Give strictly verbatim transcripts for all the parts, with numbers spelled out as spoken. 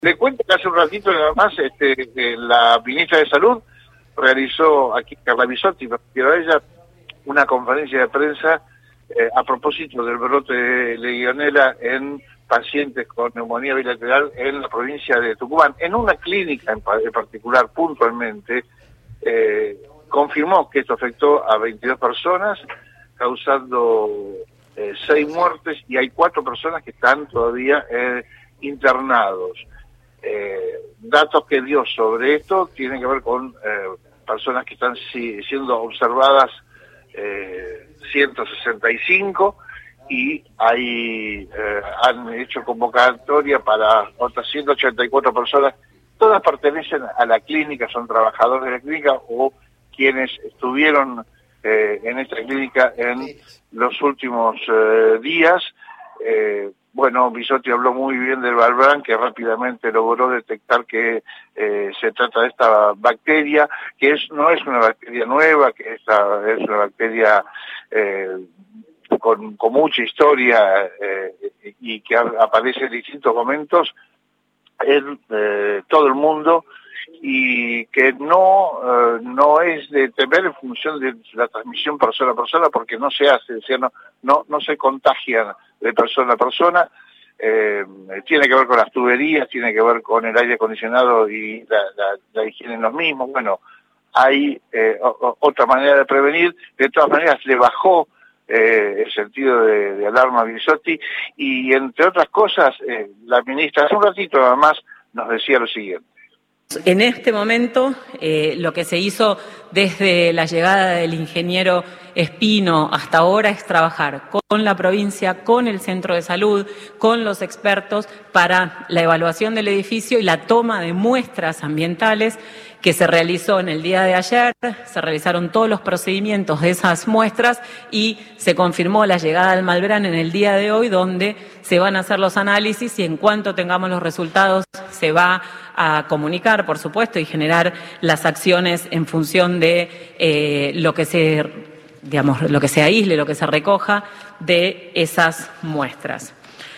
Le cuento que hace un ratito nada más este, eh, la ministra de Salud realizó, aquí Carla Bisotti, pero ella, una conferencia de prensa eh, a propósito del brote de Legionela en pacientes con neumonía bilateral en la provincia de Tucumán. En una clínica en, en particular, puntualmente, eh, confirmó que esto afectó a veintidós personas, causando eh, seis muertes, y hay cuatro personas que están todavía eh, internados. Eh, datos que dio sobre esto tienen que ver con eh, personas que están si, siendo observadas eh, ciento sesenta y cinco, y hay eh, han hecho convocatoria para otras ciento ochenta y cuatro personas. Todas pertenecen a la clínica, son trabajadores de la clínica o quienes estuvieron eh, en esta clínica en los últimos eh, días. Eh, Bueno, Bisotti habló muy bien del Valbrán, que rápidamente logró detectar que eh, se trata de esta bacteria, que es no es una bacteria nueva, que esta es una bacteria eh, con, con mucha historia eh, y que aparece en distintos momentos en eh, todo el mundo, y que no eh, no es de temer en función de la transmisión persona a persona, porque no se hace, o sea, no, no, no se contagian de persona a persona. Eh, tiene que ver con las tuberías, tiene que ver con el aire acondicionado y la, la, la higiene en los mismos. Bueno, hay eh, o, otra manera de prevenir. De todas maneras, le bajó eh, el sentido de, de alarma a Bisotti, y entre otras cosas, eh, la ministra hace un ratito nada más nos decía lo siguiente. En este momento, eh, lo que se hizo desde la llegada del ingeniero Espino hasta ahora es trabajar con la provincia, con el centro de salud, con los expertos para la evaluación del edificio y la toma de muestras ambientales que se realizó en el día de ayer. Se realizaron todos los procedimientos de esas muestras y se confirmó la llegada del Malbrán en el día de hoy, donde se van a hacer los análisis, y en cuanto tengamos los resultados se va a comunicar, por supuesto, y generar las acciones en función de eh, lo que se, digamos, lo que se aísle, lo que se recoja de esas muestras.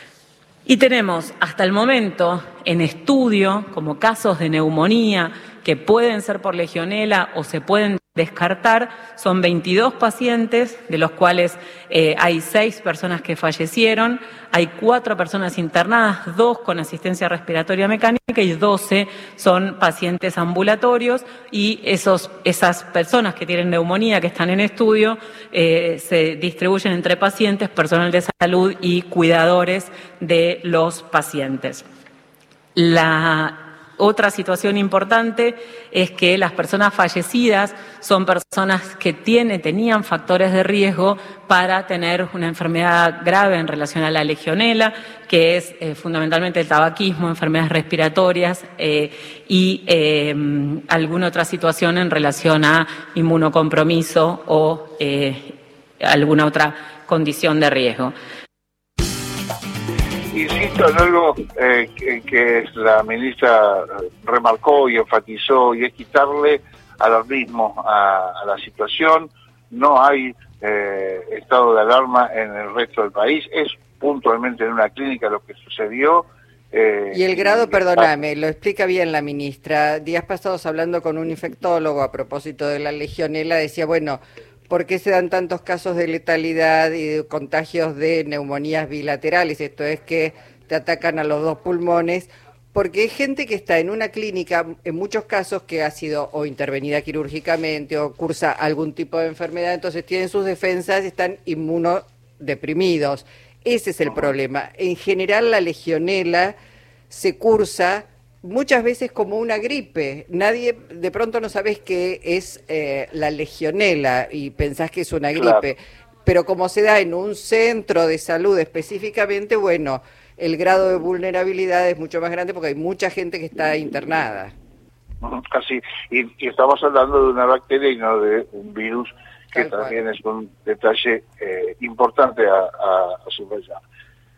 Y tenemos hasta el momento en estudio como casos de neumonía que pueden ser por Legionela o se pueden descartar, son veintidós pacientes, de los cuales eh, hay seis personas que fallecieron, hay cuatro personas internadas, dos con asistencia respiratoria mecánica y doce son pacientes ambulatorios, y esos, esas personas que tienen neumonía, que están en estudio, eh, se distribuyen entre pacientes, personal de salud y cuidadores de los pacientes. La otra situación importante es que las personas fallecidas son personas que tienen, tenían factores de riesgo para tener una enfermedad grave en relación a la Legionela, que es eh, fundamentalmente el tabaquismo, enfermedades respiratorias eh, y eh, alguna otra situación en relación a inmunocompromiso o eh, alguna otra condición de riesgo. Insisto en algo eh, que, que la ministra remarcó y enfatizó, y es quitarle alarmismo a, a la situación. No hay eh, estado de alarma en el resto del país, es puntualmente en una clínica lo que sucedió. Eh, y el grado, y, perdóname, lo explica bien la ministra. Días pasados, hablando con un infectólogo a propósito de la Legionela, decía, bueno, ¿por qué se dan tantos casos de letalidad y de contagios de neumonías bilaterales? Esto es que te atacan a los dos pulmones, porque hay gente que está en una clínica, en muchos casos, que ha sido o intervenida quirúrgicamente o cursa algún tipo de enfermedad, entonces tienen sus defensas y están inmunodeprimidos. Ese es el problema. En general, la Legionela se cursa muchas veces como una gripe. Nadie, de pronto no sabes qué es eh, la Legionela y pensás que es una gripe. Claro. Pero como se da en un centro de salud específicamente, bueno, el grado de vulnerabilidad es mucho más grande porque hay mucha gente que está internada. Casi, y, y estamos hablando de una bacteria y no de un virus, que Tal también cual. es un detalle eh, importante a, a, a subrayar.